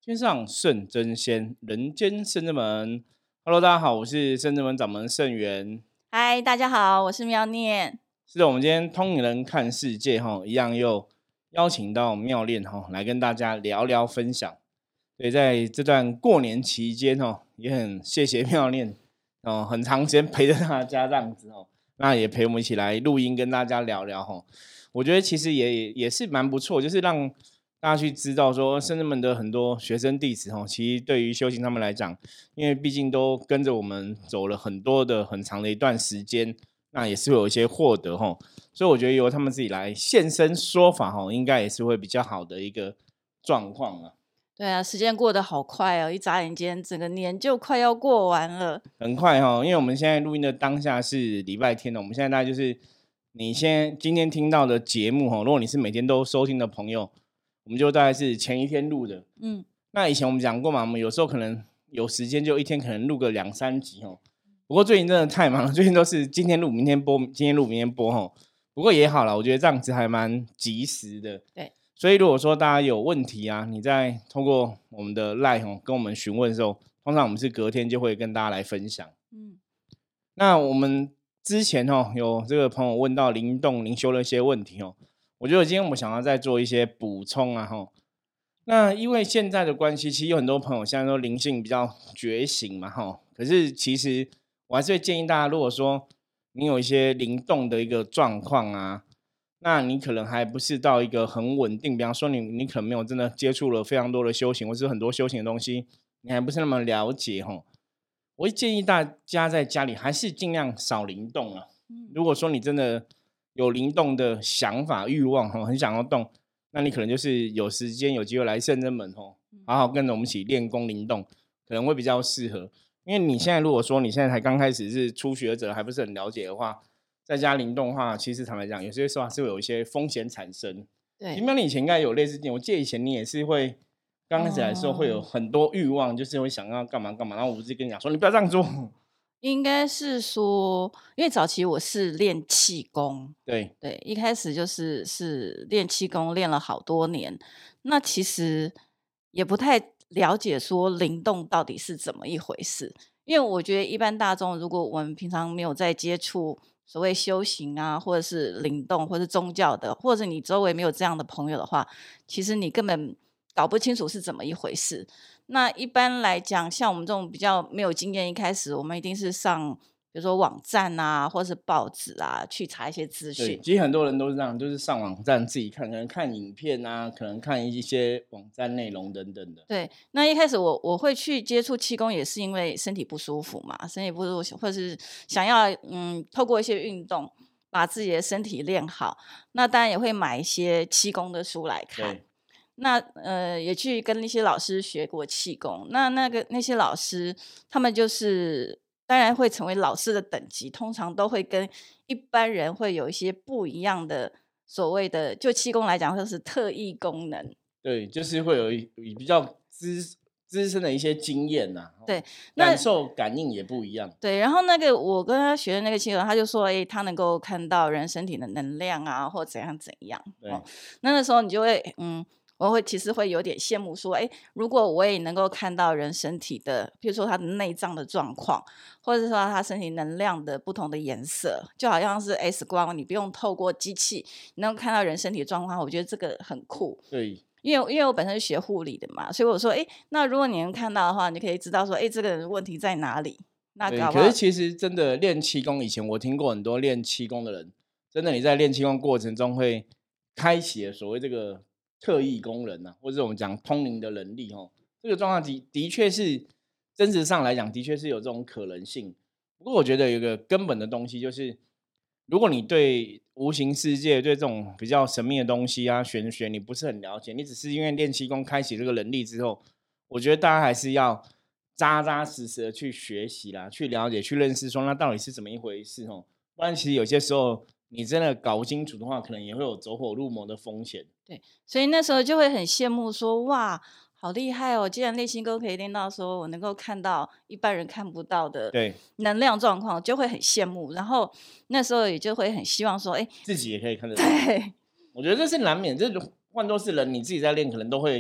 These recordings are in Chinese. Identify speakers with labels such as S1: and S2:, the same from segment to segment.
S1: 天上圣真仙，人间圣真门。Hello，大家好，我是圣真门掌门圣元。
S2: 嗨，大家好，我是妙念。
S1: 是的，我们今天通灵人看世界一样又邀请到妙念来跟大家聊聊分享。对，在这段过年期间也很谢谢妙念很长时间陪着大家这样子那也陪我们一起来录音，跟大家聊聊我觉得其实也是蛮不错，就是让大家去知道说，圣真门的很多学生弟子其实对于修行他们来讲，因为毕竟都跟着我们走了很长的一段时间，那也是会有一些获得所以我觉得由他们自己来现身说法应该也是会比较好的一个状况啊。
S2: 对啊，时间过得好快哦，一眨眼间整个年就快要过完了。
S1: 很快因为我们现在录音的当下是礼拜天我们现在大概就是你今天听到的节目如果你是每天都收听的朋友，我们就大概是前一天录的。那以前我们讲过嘛，我们有时候可能有时间就一天可能录个2-3集不过最近真的太忙了，最近都是今天录明天播，今天录明天播不过也好啦，我觉得这样子还蛮及时的。
S2: 对，
S1: 所以如果说大家有问题啊，你在通过我们的 LINE 跟我们询问的时候，通常我们是隔天就会跟大家来分享。那我们之前有这个朋友问到灵动灵修的一些问题我觉得今天我们想要再做一些补充啊那因为现在的关系，其实有很多朋友现在都灵性比较觉醒嘛可是其实我还是会建议大家，如果说你有一些灵动的一个状况啊，那你可能还不是到一个很稳定，比方说你可能没有真的接触了非常多的修行，或是很多修行的东西，你还不是那么了解我会建议大家在家里还是尽量少灵动啊。如果说你真的有灵动的想法欲望很想要动，那你可能就是有时间有机会来圣真门好好跟着我们一起练功灵动，可能会比较适合。因为你现在如果说你现在才刚开始是初学者，还不是很了解的话，在家灵动的话，其实坦白讲有些时候还是会有一些风险产生。
S2: 对，
S1: 因为你以前应该有类似经验，我记得以前你也是会刚开始来的时候会有很多欲望，就是会想要干嘛干嘛，然后我不是跟你讲说你不要这样做。
S2: 应该是说，因为早期我是练气功，
S1: 对，
S2: 一开始是练气功，练了好多年。那其实也不太了解说灵动到底是怎么一回事，因为我觉得一般大众，如果我们平常没有在接触所谓修行啊，或者是灵动，或是宗教的，或者你周围没有这样的朋友的话，其实你根本搞不清楚是怎么一回事。那一般来讲，像我们这种比较没有经验，一开始我们一定是上比如说网站啊，或是报纸啊，去查一些资
S1: 对，
S2: 讯。
S1: 其实很多人都是这样，就是上网站自己看，可能看影片啊，可能看一些网站内容等等的。
S2: 对，那一开始我会去接触气功，也是因为身体不舒服嘛，身体不舒服，或是想要透过一些运动把自己的身体练好。那当然也会买一些气功的书来看。
S1: 对，
S2: 那也去跟那些老师学过气功。那些老师，他们就是当然会成为老师的等级，通常都会跟一般人会有一些不一样的所谓的，就气功来讲，就是特异功能。
S1: 对，就是会有比较资深的一些经验呐、
S2: 对，那
S1: 感受感应也不一样。
S2: 对，然后那个我跟他学的那个气功，他就说，他能够看到人身体的能量啊，或怎样怎样。
S1: 对，
S2: 那时候你就会我其实会有点羡慕说，如果我也能够看到人身体的，比如说他的内脏的状况，或者说他身体能量的不同的颜色，就好像是 X 光，你不用透过机器，你能够看到人身体的状况，我觉得这个很酷。
S1: 对，
S2: 因为我本身是学护理的嘛，所以我说，那如果你能看到的话，你可以知道说，这个人问题在哪里。那
S1: 对，
S2: 搞不好
S1: 可是其实真的练气功，以前我听过很多练气功的人，真的你在练气功过程中会开启了所谓这个特异功能或者我们讲通灵的能力这个状况的确是真实上来讲，的确是有这种可能性。不过我觉得有一个根本的东西，就是如果你对无形世界、对这种比较神秘的东西啊、玄学，你不是很了解，你只是因为练气功开启这个能力之后，我觉得大家还是要扎扎实实的去学习啦，去了解、去认识，说那到底是怎么一回事不然其实有些时候你真的搞不清楚的话，可能也会有走火入魔的风险。
S2: 对，所以那时候就会很羡慕说，哇，好厉害哦！既然练气功可以练到说我能够看到一般人看不到的
S1: 对，
S2: 能量状况，就会很羡慕。然后那时候也就会很希望说，
S1: 自己也可以看得到。
S2: 对
S1: 我觉得这是难免，这换作是人，你自己在练，可能都会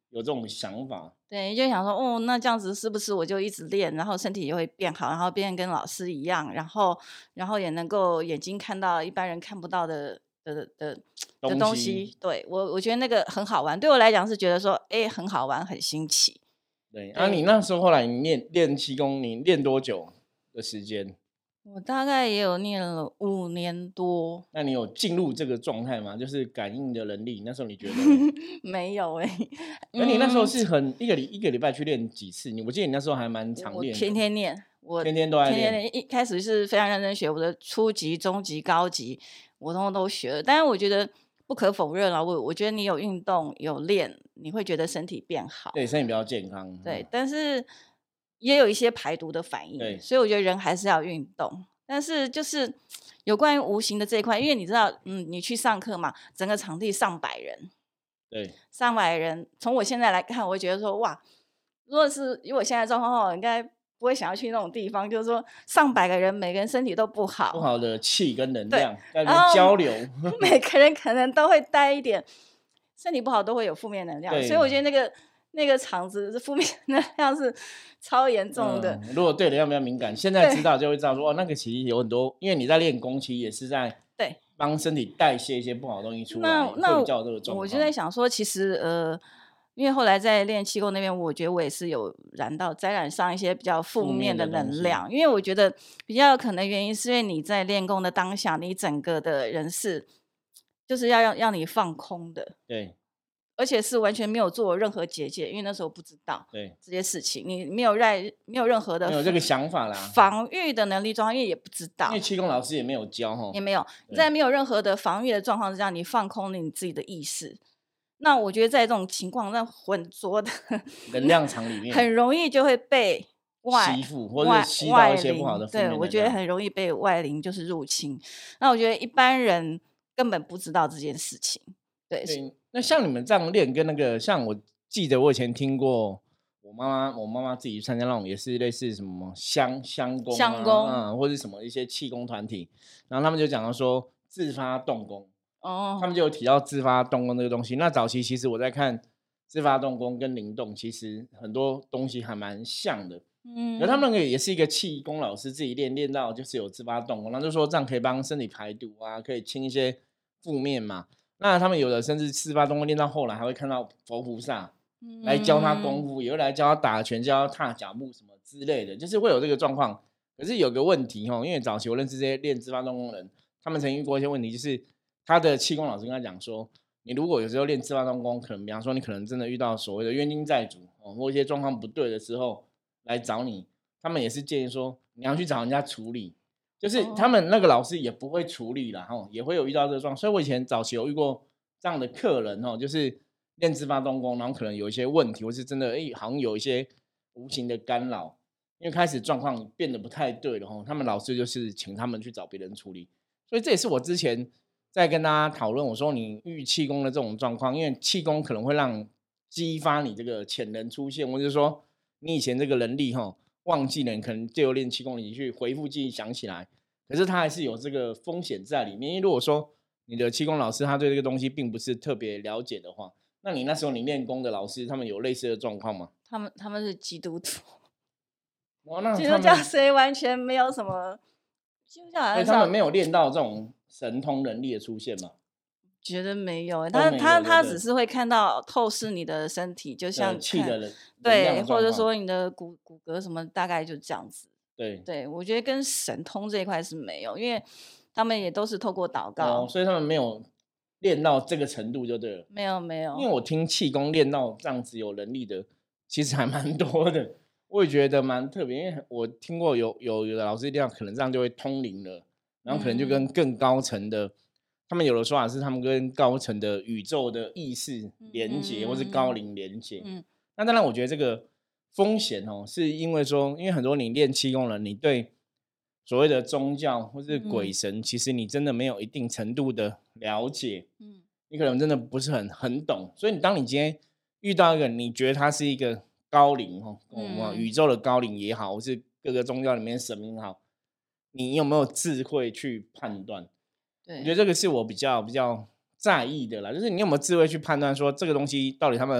S1: 有这种想法。
S2: 对，就想说，哦，那这样子是不是我就一直练，然后身体也会变好，然后变跟老师一样，然后也能够眼睛看到一般人看不到的东西。对，我觉得那个很好玩，对我来讲是觉得说，哎，很好玩，很新奇。
S1: 对，你那时候后来你练气功，你练多久的时间？
S2: 我大概也有练了5年多。
S1: 那你有进入这个状态吗？就是感应的能力，那时候你觉得
S2: 没有哎、
S1: 而你那时候是一个礼拜去练几次？我记得你那时候还蛮常
S2: 我
S1: 练的，
S2: 天天练，我
S1: 天天都在练。
S2: 一开始是非常认真学，我的初级、中级、高级，我通通都学了。但是我觉得不可否认啊，我觉得你有运动有练，你会觉得身体变好，
S1: 对，身体比较健康。
S2: 对，但是也有一些排毒的反应，所以我觉得人还是要运动。但是就是有关于无形的这一块，因为你知道，你去上课嘛，整个场地上百人，
S1: 对，
S2: 上百人，从我现在来看，我会觉得说，哇，如果是以我现在状况的话，应该不会想要去那种地方，就是说上百个人，每个人身体都不好，
S1: 不好的气跟能量在那边交流，
S2: 每个人可能都会带一点，身体不好都会有负面能量，所以我觉得那个场子负面能量是超严重的。
S1: 如果对能量比较敏感，现在知道就会知道说，那个其实有很多，因为你在练功，其实也是在帮身体代谢一些不好的东西出来，会比较这个状况。
S2: 我就在想说，其实因为后来在练气功那边，我觉得我也是有沾染上一些比较负面的能量，因为我觉得比较有可能原因是因为你在练功的当下，你整个的人是就是要让你放空的，
S1: 对，
S2: 而且是完全没有做任何结界，因为那时候不知道这些事情，你没有任何的
S1: 没有这个想法啦，
S2: 防御的能力状况，因为也不知道，
S1: 因为气功老师也没有教
S2: 也没有在没有任何的防御的状况之下，你放空了你自己的意识。那我觉得在这种情况，那浑浊的
S1: 能量场里面，
S2: 很容易就会被
S1: 吸附或者吸到一些不好的负面能量。
S2: 对，我觉得很容易被外灵就是入侵。那我觉得一般人根本不知道这件事情。对，
S1: 那像你们这样练，跟那个像我记得我以前听过我妈妈自己去参加那种也是类似什么香功或者什么一些气功团体，然后他们就讲到说自发动功。他们就有提到自发动功这个东西。那早期其实我在看自发动功跟灵动，其实很多东西还蛮像的。而他们也是一个气功老师自己练到就是有自发动功，然后就说这样可以帮身体排毒啊，可以清一些负面嘛。那他们有的甚至自发动功练到后来还会看到佛菩萨来教他功夫，也会来教他打拳、教他踏脚步什么之类的，就是会有这个状况。可是有个问题因为早期我认识这些练自发动功的人，他们曾经遇过一些问题，就是他的气功老师跟他讲说，你如果有时候练自发动功，可能比方说你可能真的遇到所谓的冤亲债主或一些状况不对的时候来找你，他们也是建议说你要去找人家处理，就是他们那个老师也不会处理啦也会有遇到这个状况。所以我以前早期有遇过这样的客人就是练自发动功，然后可能有一些问题，或是真的好像有一些无形的干扰，因为开始状况变得不太对了他们老师就是请他们去找别人处理。所以这也是我之前在跟大家讨论，我说你遇气功的这种状况，因为气功可能会让激发你这个潜能出现，或者说你以前这个能力忘记了，你可能借由练气功你去回复记忆想起来，可是它还是有这个风险在里面。因为如果说你的气功老师他对这个东西并不是特别了解的话，那你那时候你练功的老师他们有类似的状况吗？
S2: 他们是基督徒，
S1: 那
S2: 基督教谁完全没有什么，基督教好像
S1: 他们没有练到这种神通能力的出现吗？
S2: 觉得没有，他只是会看到透视你的身体，就像
S1: 气的人
S2: 对，或者说你的骨骼什么，大概就这样子。
S1: 对，
S2: 我觉得跟神通这一块是没有，因为他们也都是透过祷告，
S1: 所以他们没有练到这个程度就对了。
S2: 没有，
S1: 因为我听气功练到这样子有能力的，其实还蛮多的，我也觉得蛮特别。因为我听过有的老师练到可能这样就会通灵了，然后可能就跟更高层的。他们有的说法是他们跟高层的宇宙的意识连结，或是高灵连结。那当然我觉得这个风险是因为说，因为很多你练气功人，你对所谓的宗教或是鬼神，其实你真的没有一定程度的了解，你可能真的不是很懂。所以当你今天遇到一个你觉得他是一个高灵宇宙的高灵也好，或是各个宗教里面神明也好，你有没有智慧去判断？我觉得这个是我比较在意的啦，就是你有没有智慧去判断说这个东西到底他们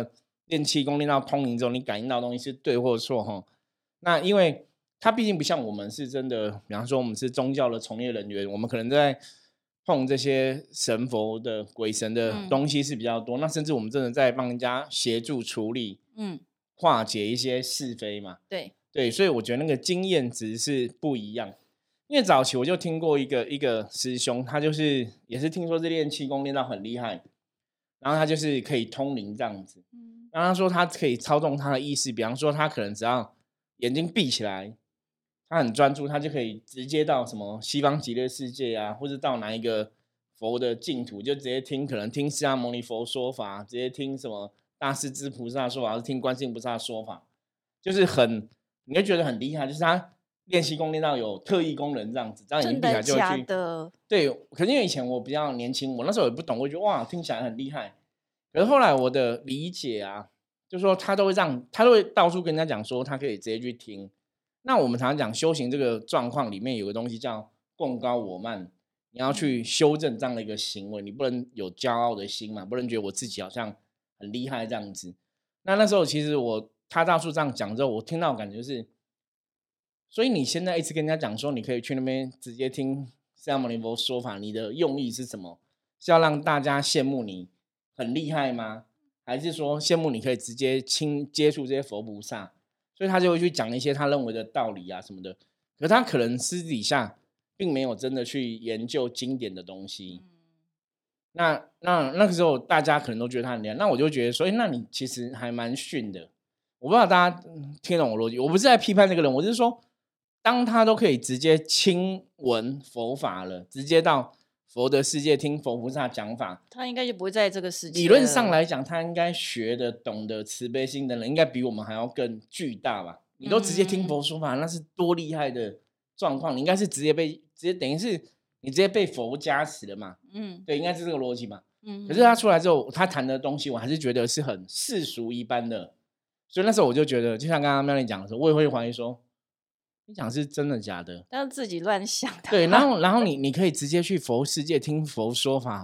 S1: 练气功练到通灵之后，你感应到的东西是对或错哈。那因为它毕竟不像我们是真的，比方说我们是宗教的从业人员，我们可能在碰这些神佛的鬼神的东西是比较多，那甚至我们真的在帮人家协助处理，化解一些是非嘛。对，所以我觉得那个经验值是不一样。因为早期我就听过一个师兄，他就是也是听说是练气功练到很厉害，然后他就是可以通灵这样子。然后他说他可以操纵他的意识，比方说他可能只要眼睛闭起来，他很专注，他就可以直接到什么西方极乐世界啊，或者到哪一个佛的净土，就直接听，可能听释迦牟尼佛说法，直接听什么大势至菩萨说法，还是听观世音菩萨说法，就是你会觉得很厉害，就是他练气功练到有特异功能这样子，这样眼睛闭起来就会去。
S2: 真的假的？
S1: 对，可是因为以前我比较年轻，我那时候也不懂，我觉得哇，听起来很厉害。可是后来我的理解啊，就是说他都会到处跟人家讲说，他可以直接去听。那我们常常讲修行这个状况里面有个东西叫共高我慢，你要去修正这样的一个行为，你不能有骄傲的心嘛，不能觉得我自己好像很厉害这样子。那时候其实他到处这样讲之后，我听到感觉是，所以你现在一直跟人家讲说，你可以去那边直接听释迦牟尼佛说法，你的用意是什么？是要让大家羡慕你很厉害吗？还是说羡慕你可以直接接触这些佛菩萨？所以他就会去讲一些他认为的道理啊什么的。可是他可能私底下并没有真的去研究经典的东西。那个时候大家可能都觉得他很厉害，那我就觉得说，那你其实还蛮逊的。我不知道大家听懂我逻辑，我不是在批判这个人，我是说，当他都可以直接亲闻佛法了，直接到佛的世界听佛菩萨讲法，
S2: 他应该就不会在这个世界。
S1: 理论上来讲，他应该学的、懂得慈悲心的人，应该比我们还要更巨大吧？你都直接听佛说法，那是多厉害的状况！你应该是直接等于是你直接被佛加持了嘛？对，应该是这个逻辑嘛。可是他出来之后，他谈的东西，我还是觉得是很世俗一般的。所以那时候我就觉得，就像刚刚妙丽讲的时候，我也会怀疑说，你讲是真的假的？
S2: 但是自己乱想的。
S1: 对，然后你可以直接去佛世界听佛说法，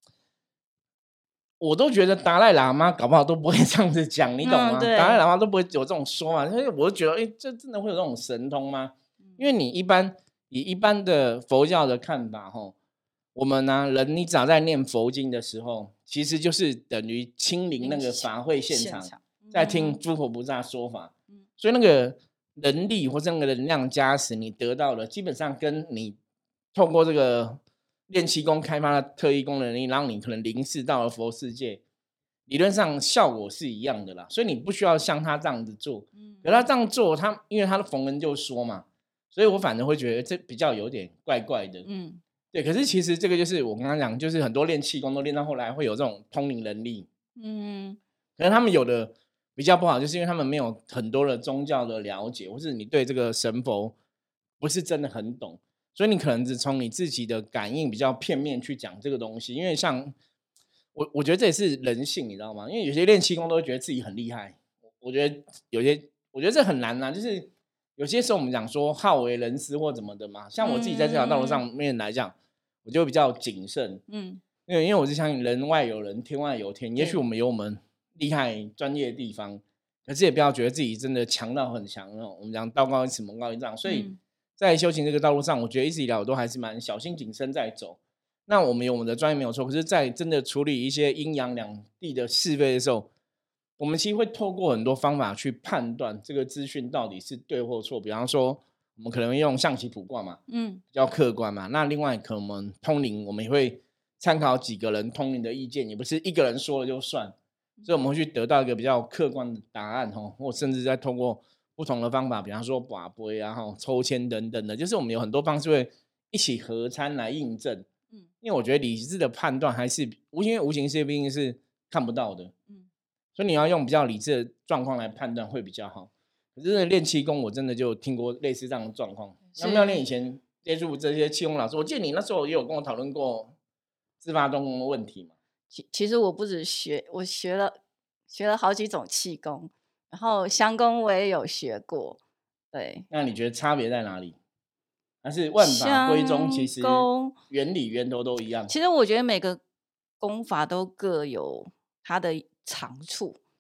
S1: 我都觉得达赖喇嘛搞不好都不会这样子讲，你懂吗？达赖喇嘛都不会有这种说法，所以我就觉得，这真的会有这种神通吗？因为你以一般的佛教的看法，我们呢，人你只要在念佛经的时候，其实就是等于亲临那个法会现场，在听诸佛菩萨说法，所以那个能力或者那个能量加持，你得到的基本上跟你透过这个练气功开发的特异功能力，让你可能灵视到了佛世界，理论上效果是一样的啦。所以你不需要像他这样子做，可他这样做，因为他的逢人就说嘛，所以我反而会觉得这比较有点怪怪的。对。可是其实这个就是我刚刚讲，就是很多练气功都练到后来会有这种通灵能力。可能他们有的比较不好，就是因为他们没有很多的宗教的了解，或是你对这个神佛不是真的很懂，所以你可能只从你自己的感应比较片面去讲这个东西。因为像我觉得这也是人性，你知道吗？因为有些练气功都会觉得自己很厉害，我觉得这很难啊。就是有些时候我们讲说好为人师或怎么的嘛，像我自己在这条道路上面来讲，我就比较谨慎。因为我是相信人外有人，天外有天。也许我们有我们厉害专业的地方，可是也不要觉得自己真的强到很强那种。我们讲道高一尺，魔高一丈，所以在修行这个道路上，我觉得一直以来我都还是蛮小心谨慎在走。那我们有我们的专业没有错，可是在真的处理一些阴阳两地的是非的时候，我们其实会透过很多方法去判断这个资讯到底是对或错。比方说我们可能会用象棋卜卦嘛，比较客观嘛。那另外可能我们通灵，我们也会参考几个人通灵的意见，也不是一个人说了就算，所以我们会去得到一个比较客观的答案，或甚至在通过不同的方法，比方说拔杯啊、抽签等等的，就是我们有很多方式会一起合参来印证。因为我觉得理智的判断还是因为无形世界毕竟是看不到的，所以你要用比较理智的状况来判断会比较好。可是练气功我真的就听过类似这样的状况。那妙练以前接触这些气功老师，我记得你那时候也有跟我讨论过自发动功的问题嘛。
S2: 其实我不止我学了好几种气功，然后香功我也有学过。对，
S1: 那你觉得差别在哪里？还是万法归宗，其实原理源头都一样？
S2: 其实我觉得每个功法都各有它的长处。
S1: 对，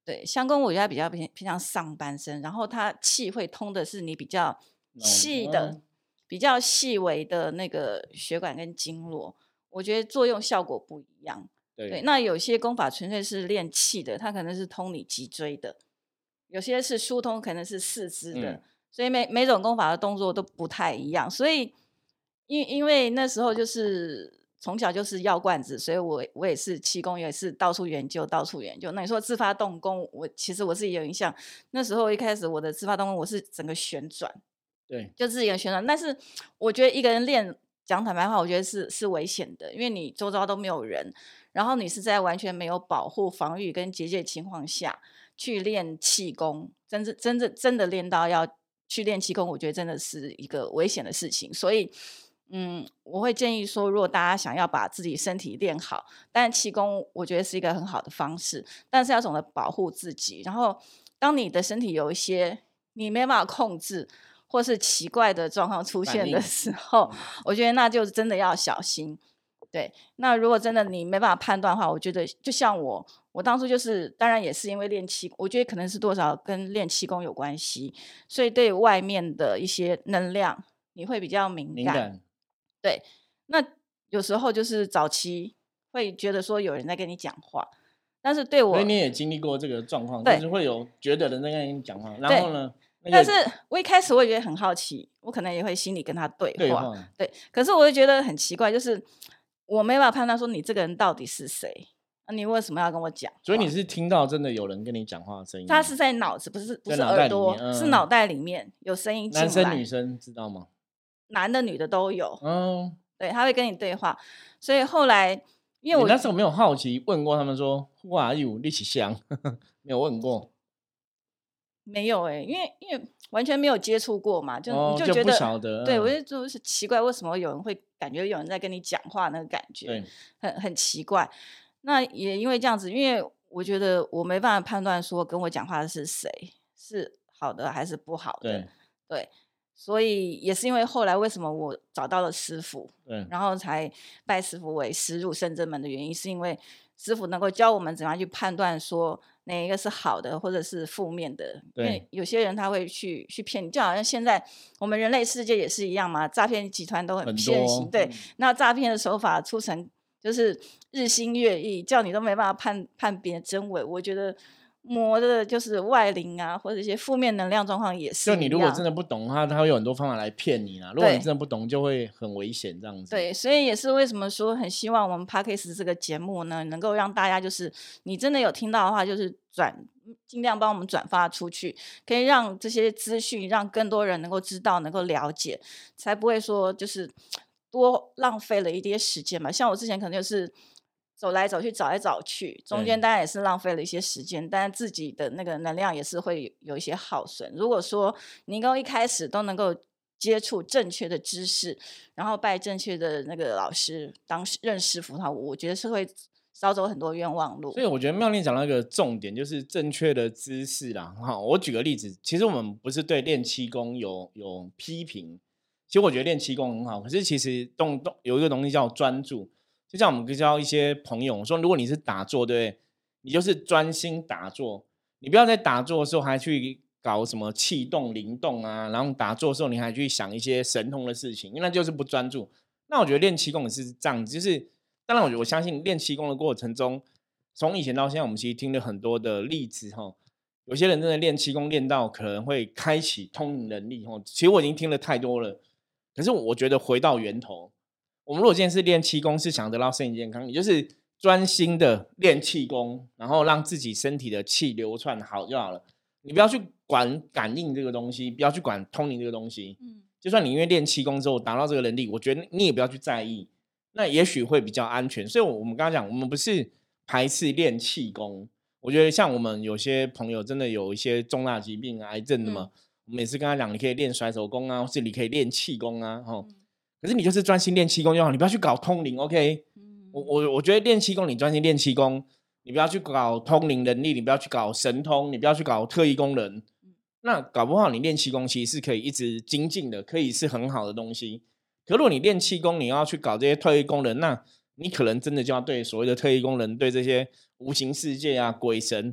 S2: 对，相公我觉得它比较偏向上半身，然后它气会通的是你比较细的、比较细微的那个血管跟经络，我觉得作用效果不一样。对，那有些功法纯粹是练气的，它可能是通你脊椎的，有些是疏通，可能是四肢的，所以每种功法的动作都不太一样。所以因为那时候就是从小就是药罐子，所以我也是气功，也是到处研究。那你说自发动功，其实我自己有印象，那时候一开始我的自发动功，我是整个旋转，
S1: 对，
S2: 就自己的旋转。但是我觉得一个人练，讲坦白话，我觉得是危险的，因为你周遭都没有人，然后你是在完全没有保护、防御跟结界情况下去练气功，真的练到要去练气功，我觉得真的是一个危险的事情。所以我会建议说，如果大家想要把自己身体练好，但气功我觉得是一个很好的方式，但是要懂得保护自己。然后，当你的身体有一些你没办法控制，或是奇怪的状况出现的时候，我觉得那就真的要小心。对，那如果真的你没办法判断的话，我觉得就像我当初就是，当然也是因为练气，我觉得可能是多少跟练气功有关系，所以对外面的一些能量你会比较敏感。对，那有时候就是早期会觉得说有人在跟你讲话，但是对我，
S1: 所以你也经历过这个状况，就是会有觉得人在跟你讲话，然后呢，
S2: 但是我一开始我也觉得很好奇，我可能也会心里跟他对话，对，可是我就觉得很奇怪，就是我没办法判断说你这个人到底是谁，你为什么要跟我讲话？
S1: 所以你是听到真的有人跟你讲话的声音？
S2: 他是在脑子，不是耳朵，是脑袋里面有声音进来。
S1: 男生女生知道吗？
S2: 男的女的都有，对，他会跟你对话，所以后来因为我
S1: 那时候没有好奇问过他们说 Who are you？ 立起香没有问过，
S2: 没有因为完全没有接触过嘛，就觉得
S1: 不晓得，
S2: 对我就是奇怪，为什么有人会感觉有人在跟你讲话那个感觉，很奇怪。那也因为这样子，因为我觉得我没办法判断说跟我讲话的是谁，是好的还是不好的，对。所以也是因为后来为什么我找到了师父，然后才拜师父为师入圣真门的原因，是因为师父能够教我们怎样去判断说哪一个是好的或者是负面的。因为有些人他会去骗你，就好像现在我们人类世界也是一样嘛，诈骗集团都很偏行，对，那诈骗的手法出成就是日新月异，叫你都没办法判别真伪。我觉得魔的就是外灵啊，或者一些负面能量状况也是一样。
S1: 就你如果真的不懂他会有很多方法来骗你啦。如果你真的不懂，就会很危险这样子。
S2: 对，所以也是为什么说很希望我们 Podcast 这个节目呢，能够让大家就是你真的有听到的话，就是尽量帮我们转发出去，可以让这些资讯让更多人能够知道，能够了解，才不会说就是多浪费了一些时间嘛。像我之前可能就是走来走去，找来找去，中间当然也是浪费了一些时间，但自己的那个能量也是会有一些耗损。如果说你能够一开始都能够接触正确的知识，然后拜正确的那个老师当认师傅的话，我觉得是会少走很多冤枉路。
S1: 所以我觉得妙丽讲到一个重点，就是正确的知识啦。我举个例子，其实我们不是对练气功有批评，其实我觉得练气功很好，可是其实有一个东西叫专注。就像我们教一些朋友说，如果你是打坐，对不对？你就是专心打坐，你不要在打坐的时候还去搞什么气动、灵动啊，然后打坐的时候你还去想一些神通的事情，因为那就是不专注。那我觉得练气功也是这样子，就是当然我相信练气功的过程中，从以前到现在，我们其实听了很多的例子有些人真的练气功练到可能会开启通灵能力其实我已经听了太多了，可是我觉得回到源头。我们如果今天是练气功，是想得到身体健康，你就是专心的练气功，然后让自己身体的气流窜好就好了。你不要去管感应这个东西，不要去管通灵这个东西。就算你因为练气功之后达到这个能力，我觉得你也不要去在意，那也许会比较安全。所以我们刚刚讲，我们不是排斥练气功。我觉得像我们有些朋友真的有一些重大疾病、癌症的嘛，我们也是跟他讲，你可以练甩手功啊，或是你可以练气功啊，可是你就是专心练气功就好，你不要去搞通灵 ，OK？我觉得练气功，你专心练气功，你不要去搞通灵能力，你不要去搞神通，你不要去搞特异功能。那搞不好你练气功其实是可以一直精进的，可以是很好的东西。可如果你练气功，你要去搞这些特异功能，那你可能真的就要对所谓的特异功能，对这些无形世界啊、鬼神，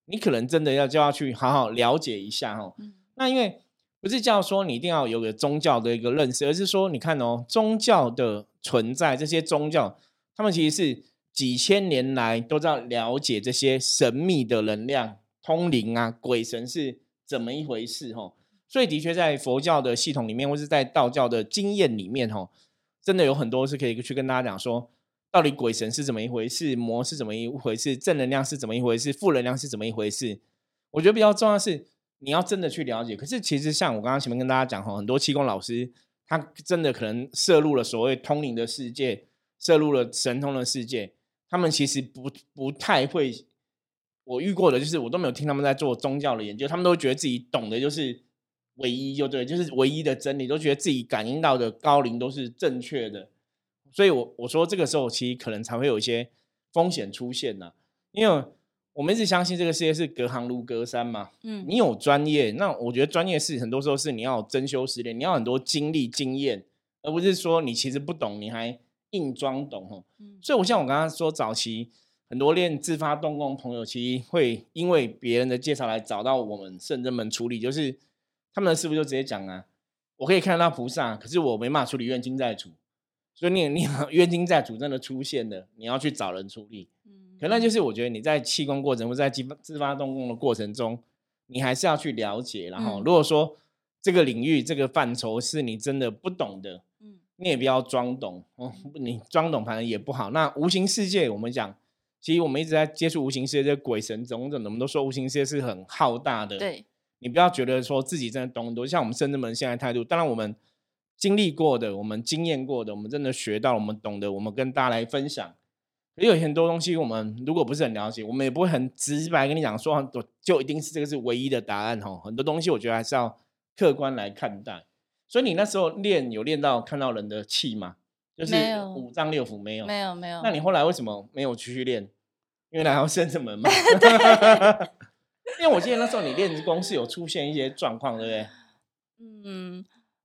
S1: 你可能真的就要去好好了解一下哦。那因为不是叫说你一定要有个宗教的一个认识，而是说你看哦，宗教的存在，这些宗教他们其实是几千年来都在了解这些神秘的能量、通灵啊、鬼神是怎么一回事哦。所以的确在佛教的系统里面，或是在道教的经验里面哦，真的有很多是可以去跟大家讲说，到底鬼神是怎么一回事，魔是怎么一回事，正能量是怎么一回事，负能量是怎么一回事。我觉得比较重要的是你要真的去了解。可是其实像我刚刚前面跟大家讲很多气功老师他真的可能涉入了所谓通灵的世界，涉入了神通的世界，他们其实不太会，我遇过的就是我都没有听他们在做宗教的研究，他们都觉得自己懂的就是唯一，就对，就是唯一的真理，都觉得自己感应到的高灵都是正确的。所以我说这个时候其实可能才会有一些风险出现啊，因为我们一直相信这个世界是隔行如隔山嘛。你有专业，那我觉得专业是很多时候是你要有真修实练，你要很多经历经验，而不是说你其实不懂你还硬装懂。所以我像我刚刚说，早期很多练自发动功朋友其实会因为别人的介绍来找到我们圣真门处理，就是他们的师父就直接讲啊，我可以看得到菩萨，可是我没办法处理冤亲债主，所以你冤亲债主真的出现了，你要去找人处理。可那就是我觉得你在气功过程或在自发动功的过程中，你还是要去了解。然后如果说这个领域这个范畴是你真的不懂的，你也不要装懂你装懂反正也不好。那无形世界我们讲，其实我们一直在接触无形世界，这鬼神种种的，我们都说无形世界是很浩大的。
S2: 对，
S1: 你不要觉得说自己真的懂很多，像我们圣真门现在态度，当然我们经历过的，我们经验过的，我们真的学到，我们懂的，我们跟大家来分享。有很多东西我们如果不是很了解，我们也不会很直白跟你讲说就一定是这个是唯一的答案。很多东西我觉得还是要客观来看待。所以你那时候练有练到看到人的气吗？就是五脏六腑没有。
S2: 没有。
S1: 那你后来为什么没有继续练？因为来到圣真门嘛。因为我记得那时候你练功是有出现一些状况，对不对？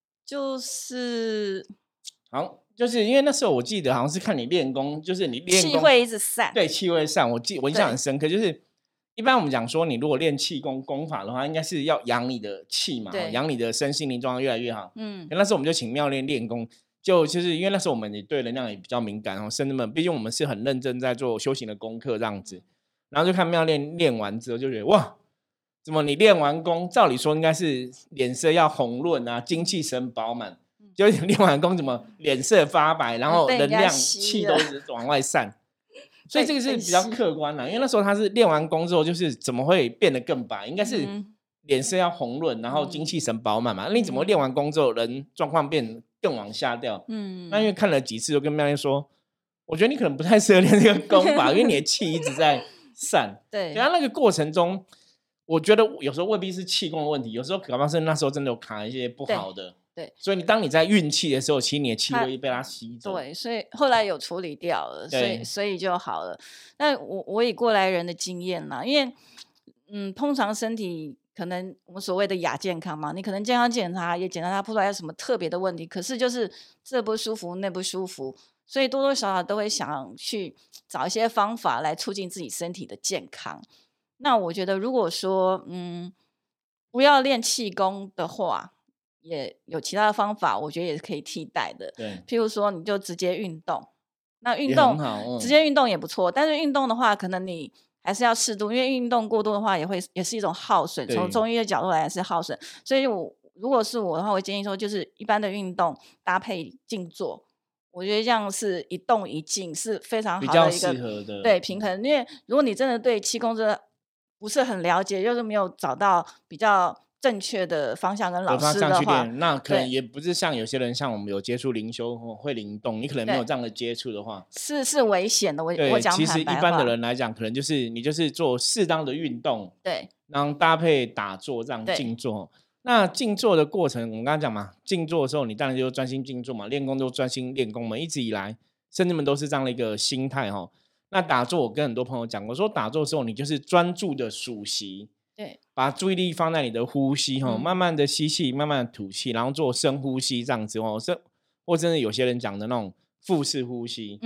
S2: 就是
S1: 好，就是因为那时候我记得好像是看你练功，就是你练功
S2: 气会一直散，
S1: 对，气会散。我印象很深刻，就是一般我们讲说，你如果练气功功法的话，应该是要养你的气嘛，养你的身心灵状况越来越好。那时候我们就请妙练练功，就是因为那时候我们也对能量也比较敏感，然后甚至们，毕竟我们是很认真在做修行的功课这样子，然后就看妙练完之后就觉得哇，怎么你练完功，照理说应该是脸色要红润啊，精气神饱满。就练完功怎么脸色发白，然后能量气都是往外散，所以这个是比较客观啦。因为那时候他是练完功之后，就是怎么会变得更白？应该是脸色要红润，然后精气神饱满嘛。你怎么练完功之后人状况变更往下掉？那因为看了几次，就跟妙莲说，我觉得你可能不太适合练这个功法，因为你的气一直在散。
S2: 对，
S1: 然后那个过程中，我觉得有时候未必是气功的问题，有时候可能是那时候真的有卡一些不好的。
S2: 对，
S1: 所以当你在运气的时候，其实你的气会被它吸走。
S2: 对，所以后来有处理掉了，所以就好了。但我以过来人的经验啦，因为通常身体可能我们所谓的亚健康嘛，你可能健康检查也检查不出来有什么特别的问题，可是就是这不舒服那不舒服，所以多多少少都会想去找一些方法来促进自己身体的健康。那我觉得如果说不要练气功的话，也有其他的方法，我觉得也是可以替代的。
S1: 对，
S2: 譬如说，你就直接运动。那运动直接运动也不错，但是运动的话，可能你还是要适度，因为运动过度的话，也是一种耗损。从中医的角度来是耗损，所以如果是我的话，我建议说，就是一般的运动搭配静坐，我觉得这样是一动一静是非常好的一个
S1: 比较适合的
S2: 对平衡。因为如果你真的对气功不是很了解，又是没有找到比较正确的方向跟老师的话，
S1: 那可能也不是像有些人，像我们有接触灵修会灵动，你可能没有这样的接触的话，
S2: 是危险的。我讲
S1: 其实一般的人来讲，可能就是你就是做适当的运动，
S2: 对，
S1: 然后搭配打坐这样静坐。那静坐的过程，我们刚刚讲嘛，静坐的时候你当然就专心静坐嘛，练功就专心练功嘛，一直以来甚至们都是这样的一个心态哈。那打坐我跟很多朋友讲过，说打坐的时候你就是专注的数息，
S2: 对，
S1: 把注意力放在你的呼吸慢慢的吸气，慢慢的吐气，然后做深呼吸这样子或真的有些人讲的那种腹式呼吸，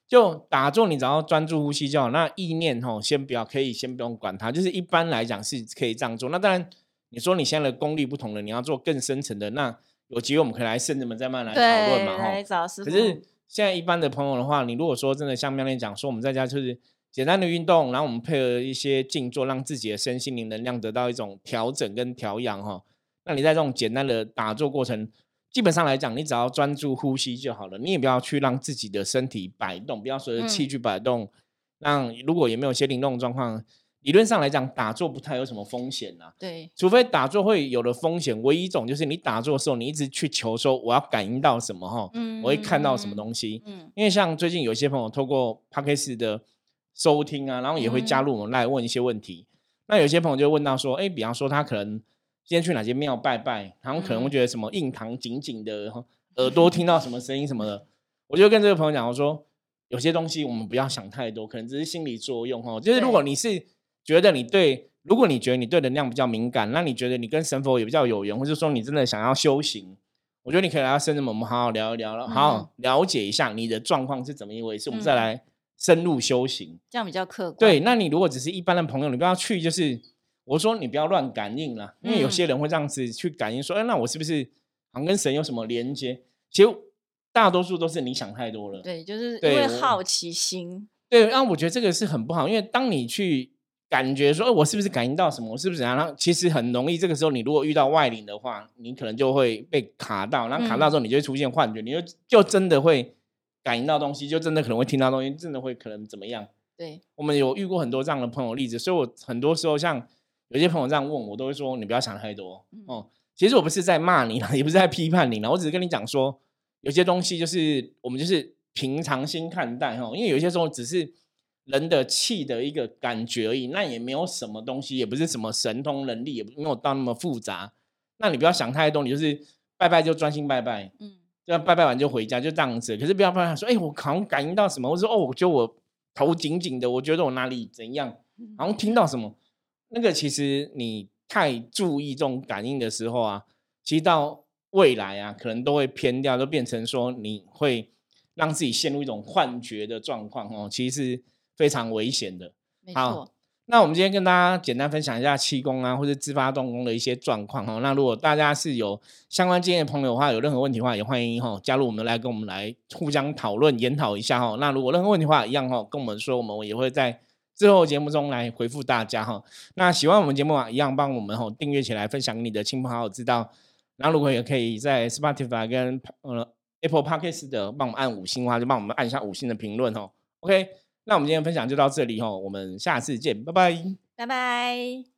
S1: 就打坐你只要专注呼吸就好，那意念先不用管它，就是一般来讲是可以这样做。那当然你说你现在的功力不同了，你要做更深层的，那有机会我们可以来圣人们再慢慢来讨论嘛。
S2: 来找师父。
S1: 可是现在一般的朋友的话，你如果说真的像妙莲讲说，我们在家就是简单的运动，然后我们配合一些静坐，让自己的身心灵能量得到一种调整跟调养那你在这种简单的打坐过程，基本上来讲，你只要专注呼吸就好了，你也不要去让自己的身体摆动，不要随着气去摆动。让如果也没有一些灵动的状况，理论上来讲，打坐不太有什么风险啊。
S2: 对，
S1: 除非打坐会有的风险，唯一一种就是你打坐的时候，你一直去求说我要感应到什么我会看到什么东西。因为像最近有些朋友透过 Podcast 的收听啊，然后也会加入我们来问一些问题。那有些朋友就问到说，比方说他可能今天去哪间庙拜拜，然后可能会觉得什么印堂紧紧的，耳朵听到什么声音什么的，我就跟这个朋友讲，我说有些东西我们不要想太多，可能只是心理作用就是如果你是觉得如果你觉得你对能量比较敏感，那你觉得你跟神佛也比较有缘，或者说你真的想要修行，我觉得你可以来到圣人们，我们好好聊一聊，好好了解一下你的状况是怎么一回事，我们再来深入修行，
S2: 这样比较客观。
S1: 对，那你如果只是一般的朋友，你不要去，就是我说你不要乱感应啦，因为有些人会这样子去感应说，那我是不是好像跟神有什么连接？其实大多数都是你想太多了。
S2: 对，就是因为好奇心。
S1: 对，然后我觉得这个是很不好，因为当你去感觉说，我是不是感应到什么，我是不是怎样？然后其实很容易，这个时候你如果遇到外灵的话，你可能就会被卡到，然后卡到之后，你就会出现幻觉，你就真的会感应到东西，就真的可能会听到东西，真的会可能怎么样？
S2: 对，
S1: 我们有遇过很多这样的朋友例子，所以我很多时候像有些朋友这样问我，都会说你不要想太多其实我不是在骂你啦，也不是在批判你啦，我只是跟你讲说，有些东西就是我们就是平常心看待因为有些时候只是人的气的一个感觉而已，那也没有什么东西，也不是什么神通能力，也没有到那么复杂。那你不要想太多，你就是拜拜就专心拜拜，就拜拜完就回家，就这样子。可是不要拜拜说，我好像感应到什么，或者说我觉得我头紧紧的，我觉得我哪里怎样，好像听到什么。那个其实你太注意这种感应的时候啊，其实到未来啊，可能都会偏掉，就变成说你会让自己陷入一种幻觉的状况其实是非常危险的。
S2: 没错。
S1: 那我们今天跟大家简单分享一下气功啊，或者自发动功的一些状况那如果大家是有相关经验的朋友的话，有任何问题的话，也欢迎加入我们来跟我们来互相讨论研讨一下那如果任何问题的话，一样跟我们说，我们也会在之后节目中来回复大家那喜欢我们节目一样帮我们订阅起来，分享给你的亲朋好友知道。然后如果也可以在 Spotify 跟Apple Podcast 的帮我们按5星的话，就帮我们按一下5星的评论OK，那我们今天分享就到这里我们下次见，拜拜，
S2: 拜拜。